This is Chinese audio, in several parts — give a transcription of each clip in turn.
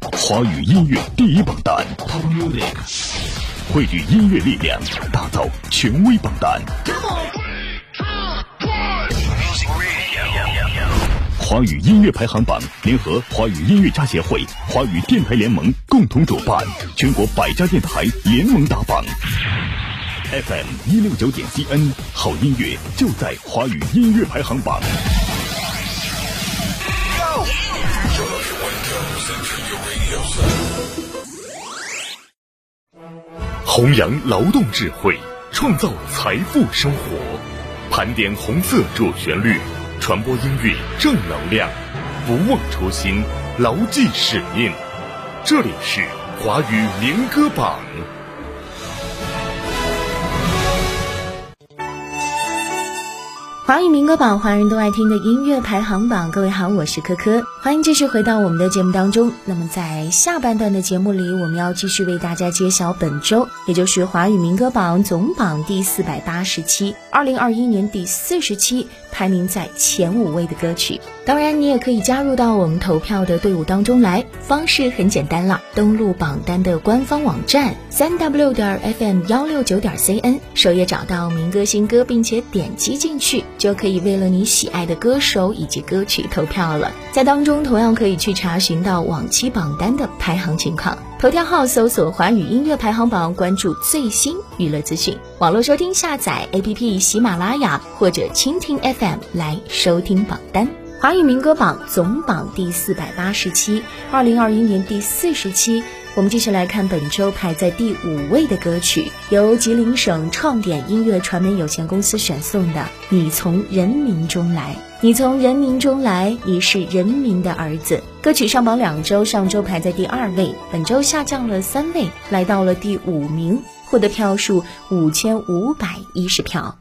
华语音乐第一榜单，汇聚音乐力量，打造权威榜单。华语音乐排行榜联合华语音乐家协会、华语电台联盟共同主办，全国100家电台联盟打榜。FM169.CN， 好音乐就在华语音乐排行榜。弘扬劳动智慧，创造财富生活，盘点红色主旋律，传播音乐正能量，不忘初心，牢记使命。这里是华语民歌榜。 华语民歌榜，华人都爱听的音乐排行榜。各位好，我是珂珂，欢迎继续回到我们的节目当中。那么在下半段的节目里，我们要继续为大家揭晓本周，也就是华语民歌榜总榜第487 2021年第40期排名在前5位的歌曲。当然你也可以加入到我们投票的队伍当中来，方式很简单了，登录榜单的官方网站 3w.fm169.cn， 首页找到民歌新歌，并且点击进去，就可以为了你喜爱的歌手以及歌曲投票了。在当中同样可以去查询到往期榜单的排行情况，头条号搜索华语音乐排行榜，关注最新娱乐资讯。网络收听下载 APP 喜马拉雅或者蜻蜓 FM 来收听榜单。华语民歌榜总榜第487 2021年第40期，我们继续来看本周排在第5位的歌曲，由吉林省创点音乐传媒有限公司选送的《你从人民中来》。你从人民中来，你是人民的儿子。歌曲上榜2周，上周排在第2位，本周下降了3位，来到了第5名，获得票数5510票。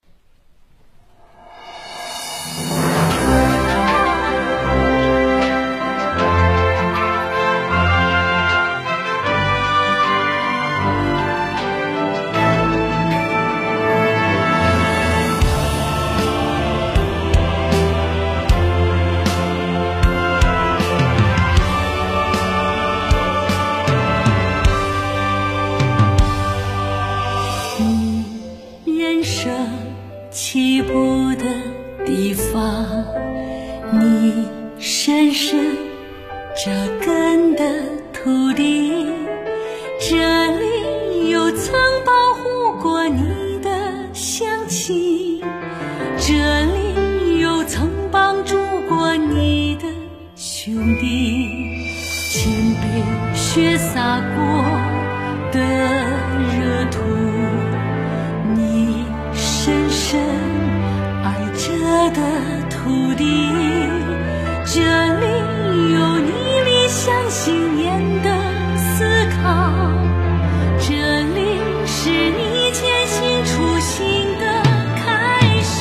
起步的地方，你深深扎根的土地，这里有曾保护过你的乡亲，这里有曾帮助过你的兄弟，请被雪洒过的热土，你深深爱着的土地，这里有你理想信念的思考，这里是你坚信初心的开始。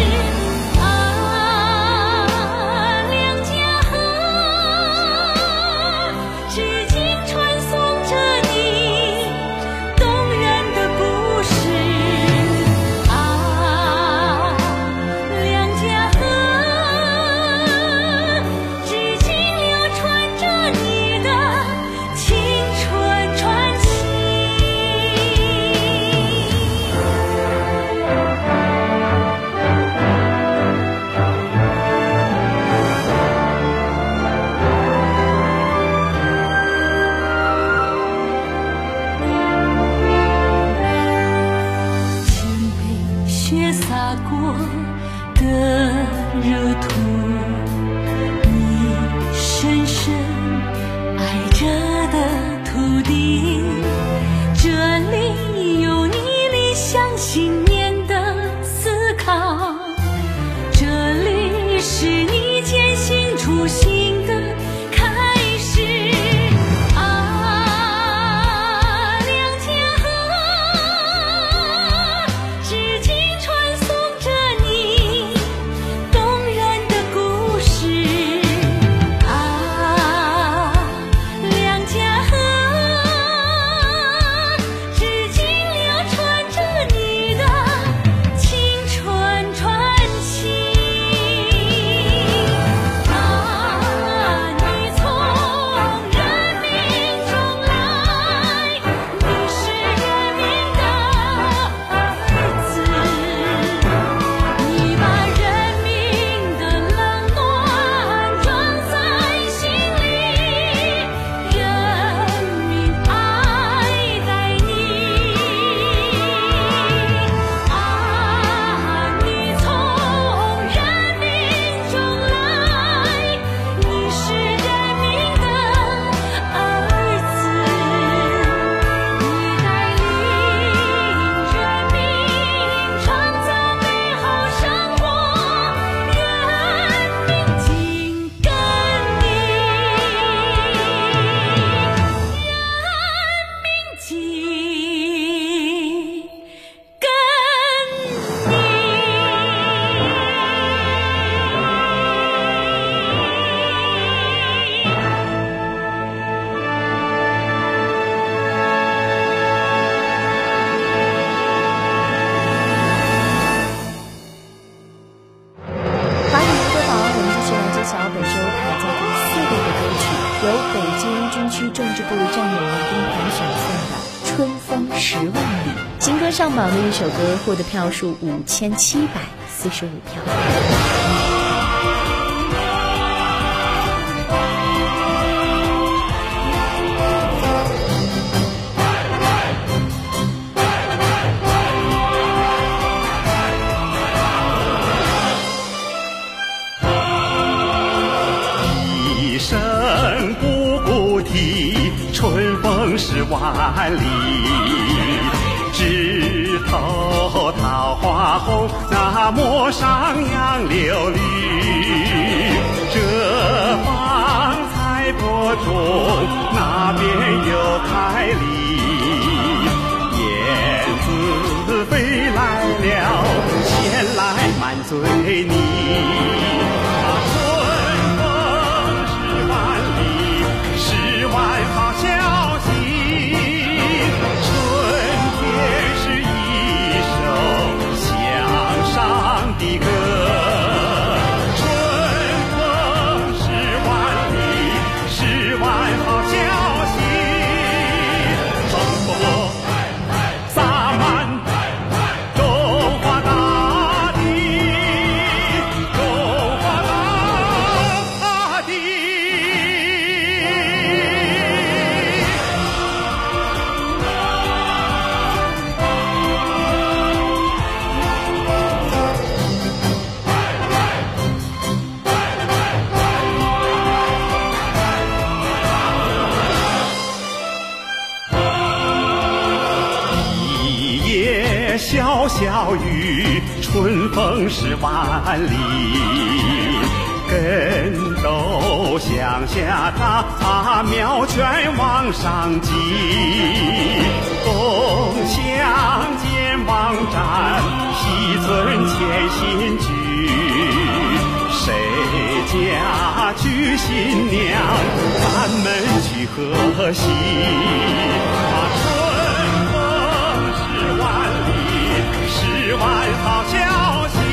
两家河至今传颂着你动人的故事，的由北京军区政治部战友文工团选送的《春风10万里》，新歌上榜的一首歌，获得票数5745票。 一声不顾啼，春风10万里。枝头桃花红，那陌上杨柳绿。这方采播种，那边又开梨。燕子飞来了，衔来满嘴泥。好消息，春天是一首向上的歌，春风10万里，10万好消息，风波洒满中华大地，中华大地。小小雨，春风10万里，根斗向下踏，苗卷往上挤，东乡肩膀站，西村牵新居，谁家娶新娘，咱们去贺喜。10万好消息，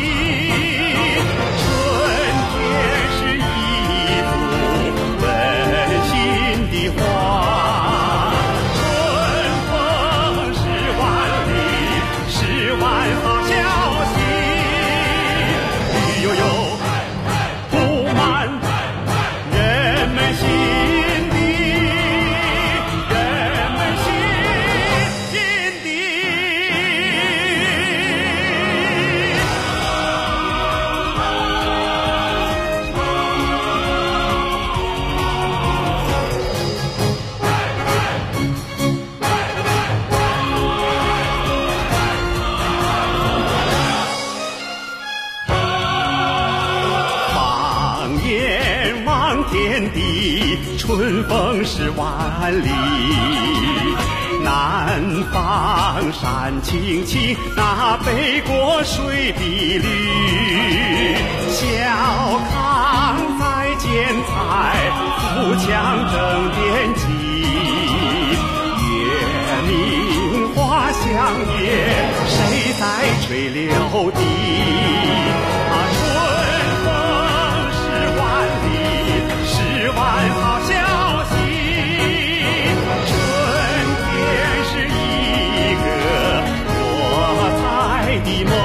春天是一幅温馨的画。春风10万里，10万好消息，绿油油布满人们心底，人们心底。天地，春风10万里，南方山青青，那北国水碧绿。小康在剪彩，富强正奠基。月明花香夜，谁在吹柳笛？10万好消息，春天是一个多彩的梦。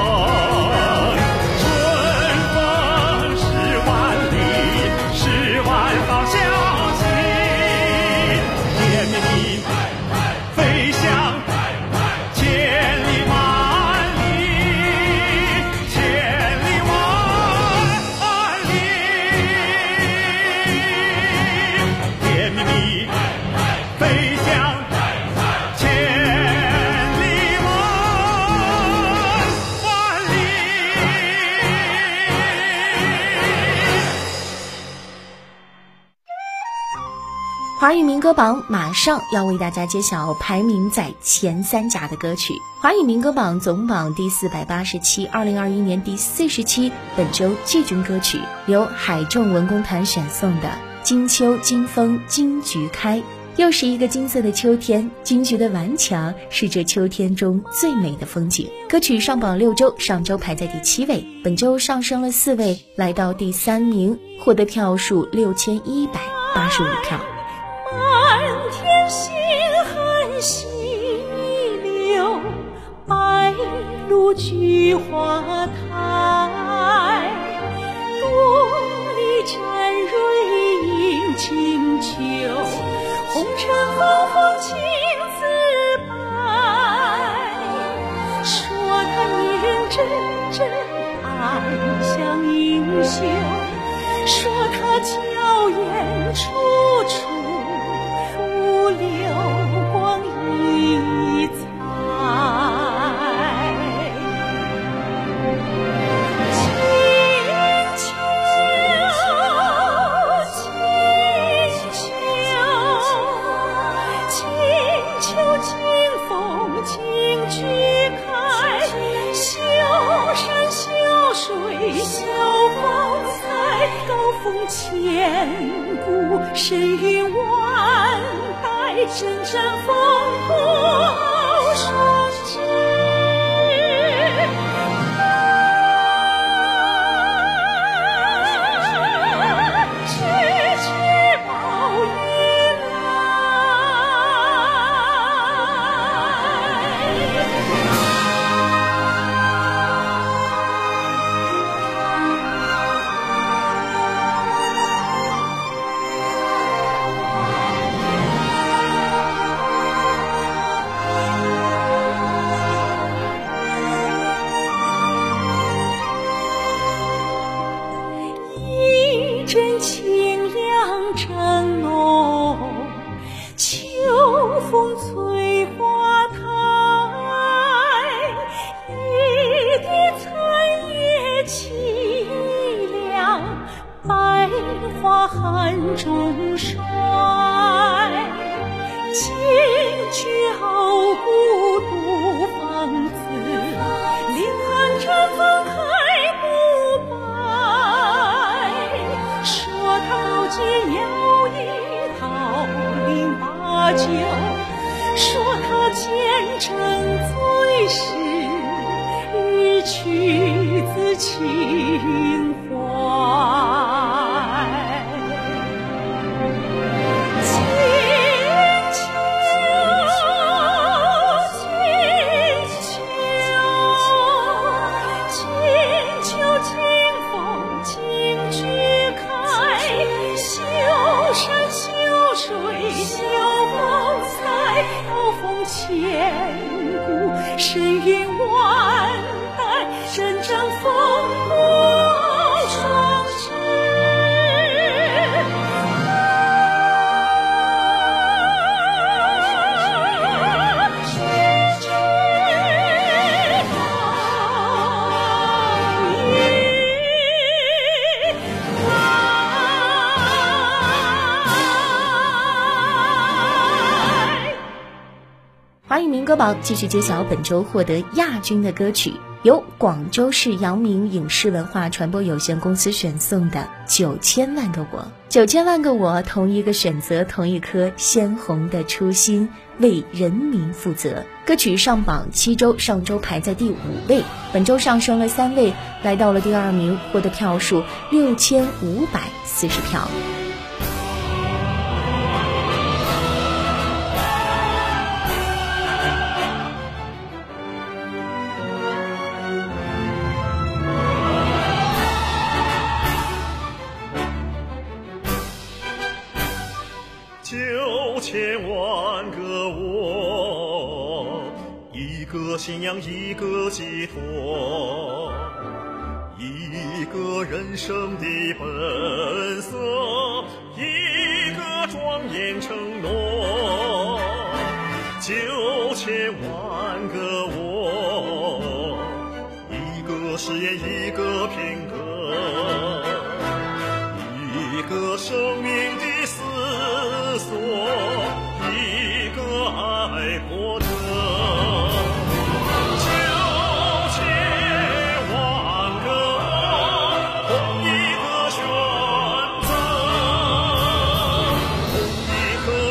春风10万里，10万好消息，甜蜜蜜飞翔千里万里，千里万里。甜蜜蜜飞翔千里万里。 华语民歌榜马上要为大家揭晓排名在前3甲的歌曲。华语民歌榜总榜第487 2021年第40期本周季军歌曲，由海政文工团选送的金秋金风金菊开。又是一个金色的秋天，金菊的顽强是这秋天中最美的风景。歌曲上榜6周，上周排在第7位，本周上升了4位，来到第3名，获得票数6185票。 天星汉西流，白鹭菊花台。多里沾蕊映清秋，红尘风风情自白。说他一人真真爱像英雄，说他娇艳楚楚徒流光溢彩。千古神韵万代，征战烽火双枝。阵清凉正浓，秋风催花开。一地残叶凄凉，百花寒中衰。千去傲骨独芳姿，凌寒绽放开不败。说他刀剑摇曳，桃林把酒，说他见证最是一曲子情怀。千古神韵万代，征战烽火双枝。 华语民歌榜继续揭晓本周获得亚军的歌曲，由广州市阳明影视文化传播有限公司选送的9000万个我。9000万个我，同一个选择，同一颗鲜红的初心，为人民负责。歌曲上榜7周，上周排在第5位，本周上升了3位，来到了第2名，获得票数6540票。 9000万个我，一个信仰，一个寄托，一个人生的本色，一个庄严承诺。9000万个我，一个誓言，一个品格，一个生命的思索，一个爱国者。9000万个我，同一个选择，同一颗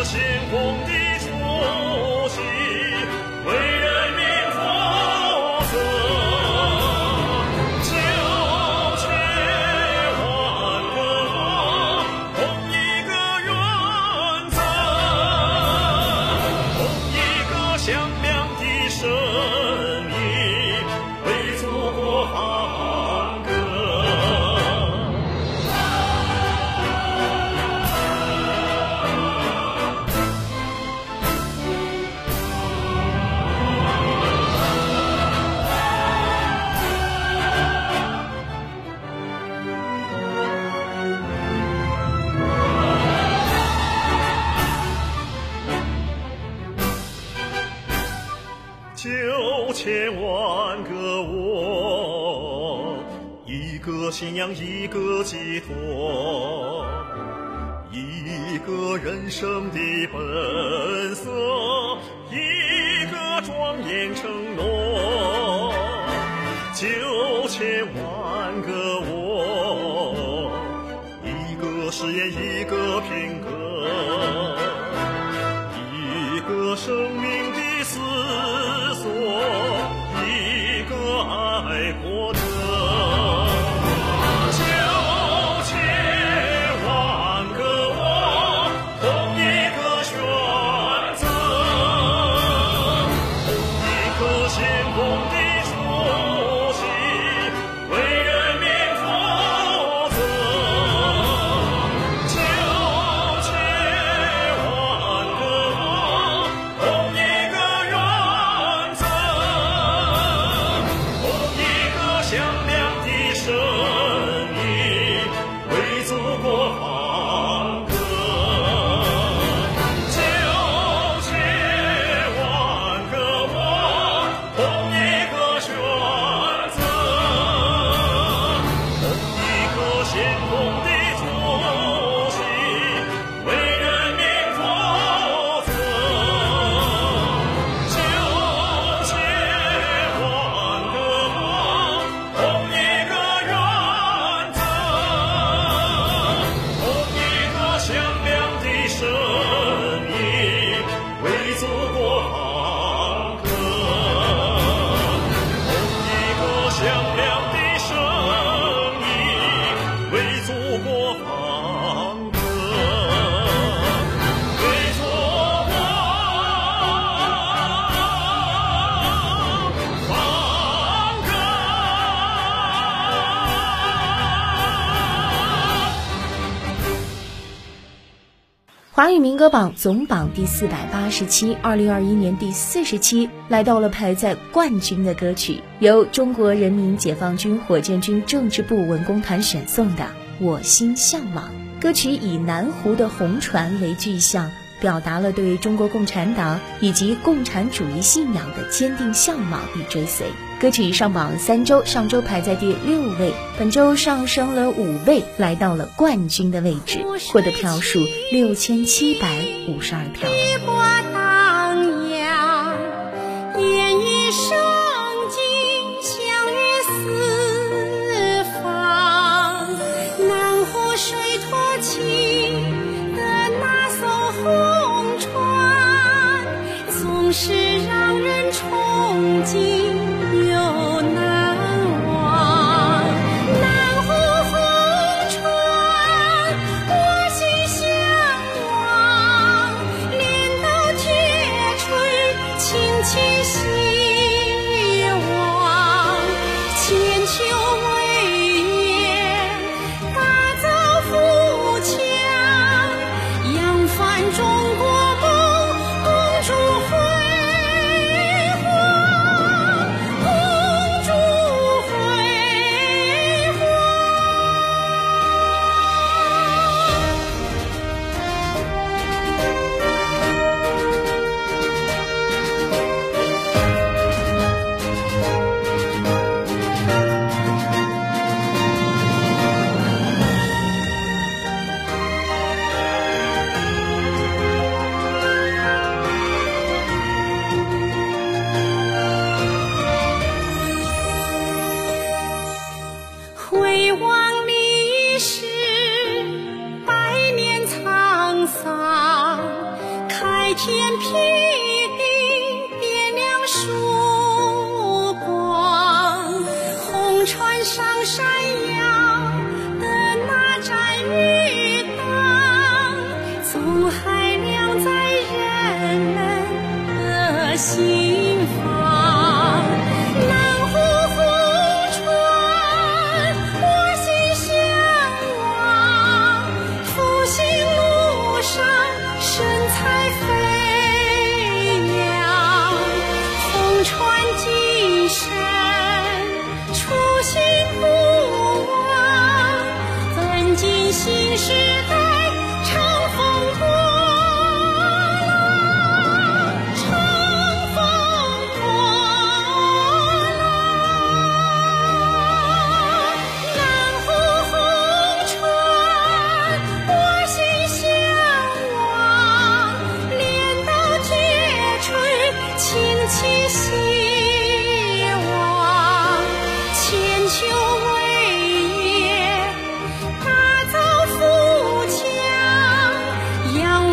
千万个我，一个信仰，一个寄托，一个人生的本色，一个庄严承诺。9000万个我，一个誓言，一个品格，一个生命的思索，一个爱国者。9000万个我，同一个选择，同一颗先锋的初心，为人民负责。9000万个我，同一个原则，同一个响亮的声音，为祖国放歌。9000万个我，同一个选择，同一颗先锋的初心，为人民负责。9000万个我，同一个原则，同一个响亮的声音，为祖国放歌。同一个响亮的声音，为祖国放歌，为祖国放歌。 华语民歌榜总榜第480期，2021年第40期，来到了排在冠军的歌曲，由中国人民解放军火箭军政治部文工团选送的《我心向往》。歌曲以南湖的红船为具象，表达了对中国共产党以及共产主义信仰的坚定向往与追随。歌曲上榜3周，上周排在第6位，本周上升了5位，来到了冠军的位置，获得票数6752票。 一波荡漾，演绎圣经，享誉四方。南湖水托起的那艘红船，总是让人憧憬又难忘。南湖红船，我心向往，镰刀铁锤，轻启希望，千秋伟业，打造富强，扬帆中国梦，共筑辉煌，共筑辉煌。回望历史，百年沧桑，开天辟地，点亮曙光。红船上闪耀的那盏绿灯，总还亮在人们的心房。南湖红船，我心向往，复兴路上神采飞扬。红船精神，初心不忘，奋进新时代，乘风破浪，乘风破浪。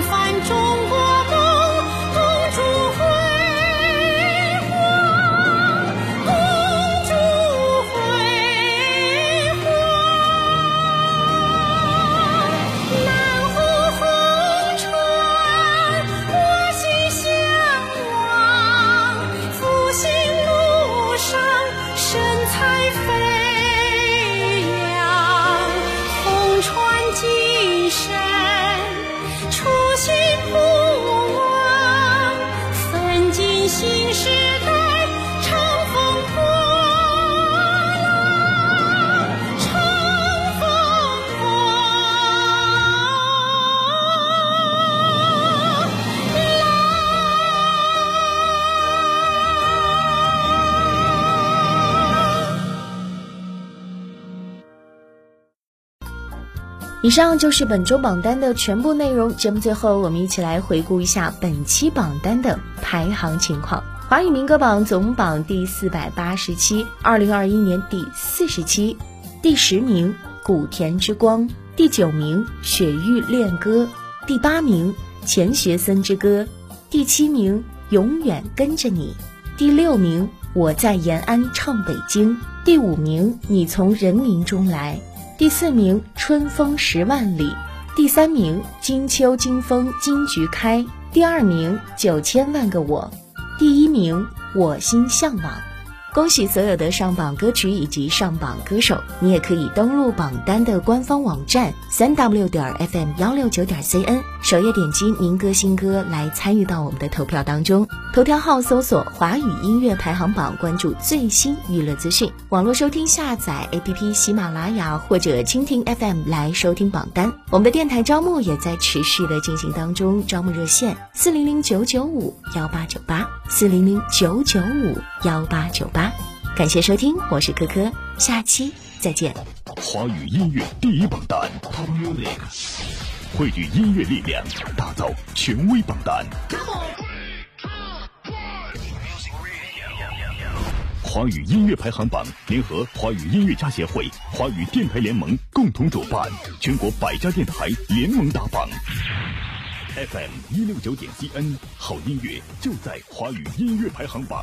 帆中国梦，共筑辉煌，共筑辉煌。南湖红船，我心向往，复兴路上神采飞扬，红船精神，初心不忘，奋进新时代，乘风破浪，乘风破以上就是本周榜单的全部内容。节目最后，我们一起来回顾一下本期榜单的排行情况。华语民歌榜总榜第487 2021年第40期，第10名古田之光，第9名雪域恋歌，第8名钱学森之歌，第7名永远跟着你，第6名我在延安唱北京，第5名你从人民中来，第4名春风10万里，第3名金秋金风金菊开，第2名9000万个我，第1名我心向往。恭喜所有的上榜歌曲以及上榜歌手，你也可以登录榜单的官方网站 3w.fm169.cn， 首页点击民歌新歌来参与到我们的投票当中。头条号搜索华语音乐排行榜，关注最新娱乐资讯。网络收听下载 APP 喜马拉雅或者蜻蜓 FM 来收听榜单。我们的电台招募也在持续的进行当中，招募热线400-995-1898 400-995-1898。感谢收听，我是珂珂，下期再见。 华语音乐第一榜单 Top Music， 汇聚音乐力量，打造权威榜单。华语音乐排行榜联合华语音乐家协会、华语电台联盟共同主办，全国100家电台联盟打榜。FM 169.cn， 好音乐就在华语音乐排行榜。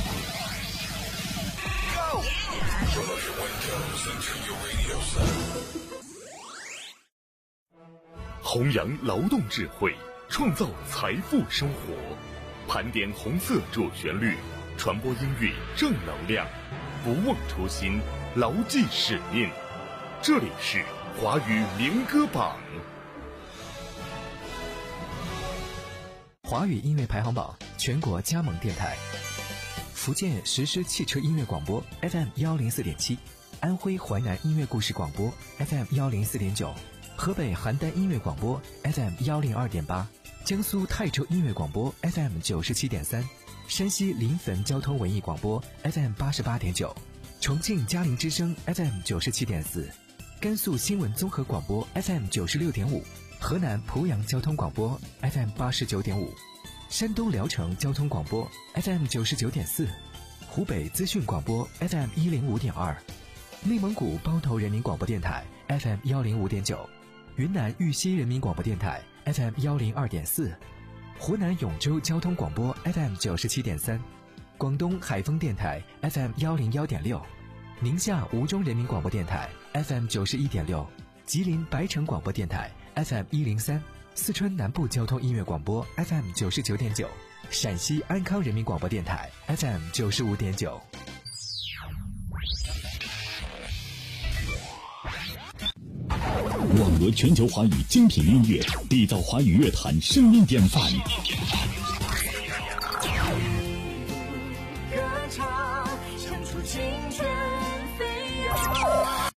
弘扬劳动智慧，创造财富生活，盘点红色主旋律，传播音乐正能量，不忘初心，牢记使命。这里是华语民歌榜。 华语音乐排行榜全国加盟电台：福建实施汽车音乐广播 FM104.7， 安徽淮南音乐故事广播 FM104.9， 河北邯郸音乐广播 FM102.8， 江苏泰州音乐广播 FM97.3， 山西临汾交通文艺广播 FM88.9， 重庆嘉陵之声 FM97.4， 甘肃新闻综合广播 FM96.5， 河南濮阳交通广播 FM89.5， 山东聊城交通广播 FM99.4， 湖北资讯广播 FM105.2， 内蒙古包头人民广播电台 FM105.9， 云南玉溪人民广播电台 FM102.4， 湖南永州交通广播 FM97.3， 广东海丰电台 FM101.6， 宁夏吴忠人民广播电台 FM91.6， 吉林白城广播电台 FM103， 四川南部交通音乐广播 FM99.9， 陕西安康人民广播电台 FM95.9。 网罗全球华语精品音乐，缔造华语乐坛声音典范。 歌唱，唱出青春飞扬。